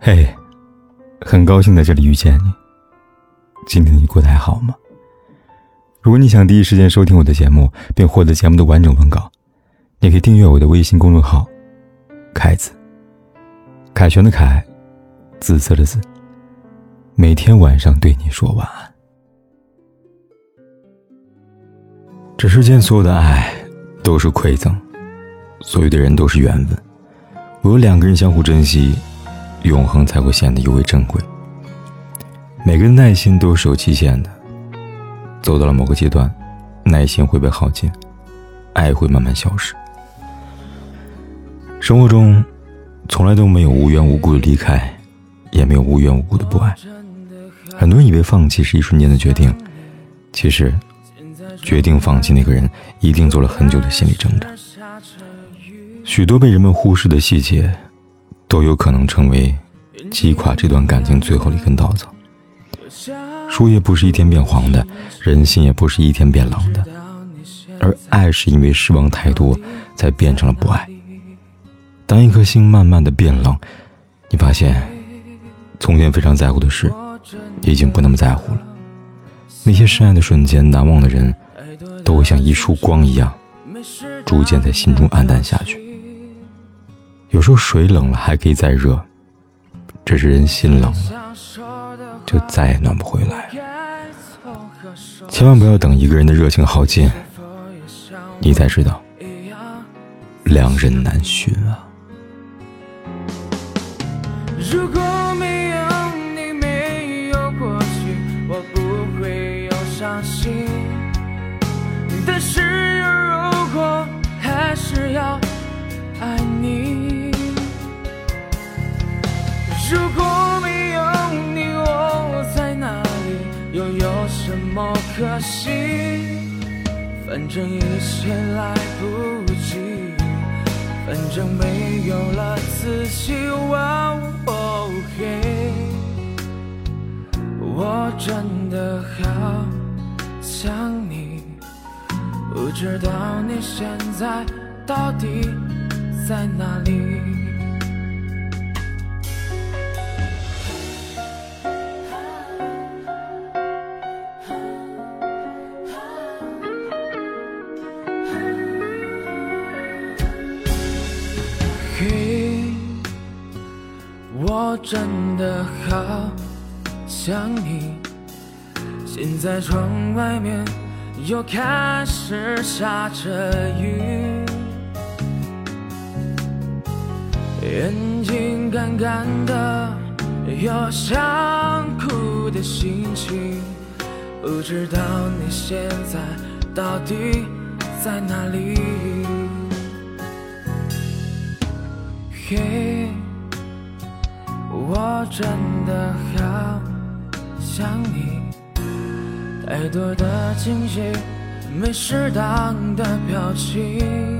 嘿，很高兴在这里遇见你。今天你过得还好吗？如果你想第一时间收听我的节目，并获得节目的完整文稿，你可以订阅我的微信公众号凯子，凯旋的凯，紫色的紫，每天晚上对你说晚安。这世间所有的爱都是馈赠，所有的人都是缘分，唯有两个人相互珍惜，永恒才会显得尤为珍贵。每个人耐心都是有期限的，走到了某个阶段，耐心会被耗尽，爱会慢慢消失。生活中从来都没有无缘无故的离开，也没有无缘无故的不爱。很多人以为放弃是一瞬间的决定，其实决定放弃那个人一定做了很久的心理挣扎。许多被人们忽视的细节都有可能成为击垮这段感情最后的一根稻草。树叶不是一天变黄的，人心也不是一天变冷的，而爱是因为失望太多才变成了不爱。当一颗心慢慢的变冷，你发现从前非常在乎的事已经不那么在乎了。那些深爱的瞬间，难忘的人都会像一束光一样逐渐在心中暗淡下去。有时候水冷了还可以再热，只是人心冷了就再也暖不回来了。千万不要等一个人的热情耗尽，你才知道良人难寻啊。 如果没有你，没有过去，我不会有伤心。但是如果还是要爱你，如果没有你，我在哪里，又有什么可惜？反正一切来不及，反正没有了自己。我真的好想你，不知道你现在到底在哪里。嘿，我真的好想你，现在窗外面又开始下着雨，眼睛干干的，有想哭的心情，不知道你现在到底在哪里。嘿，我真的好想你，太多的惊喜，没适当的表情，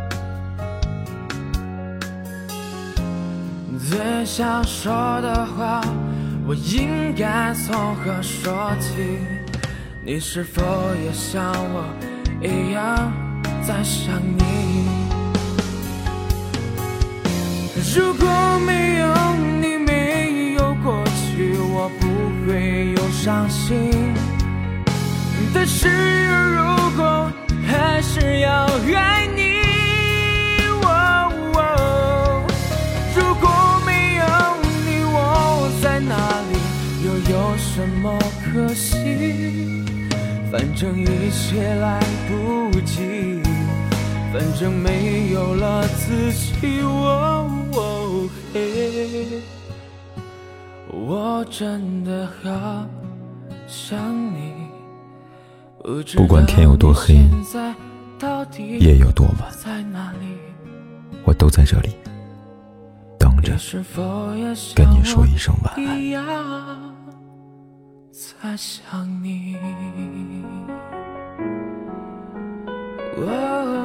最想说的话我应该从何说起？你是否也像我一样在想你？如果没有你，没有过去，我不会有伤心。但是如果还是要爱你，如果没有你，我在哪里，又有什么可惜？反正一切来不及，反正没有了自己。我真的好想你， 不管天有多黑，夜有多晚，我都在这里等着跟你说一声晚安。 在想你。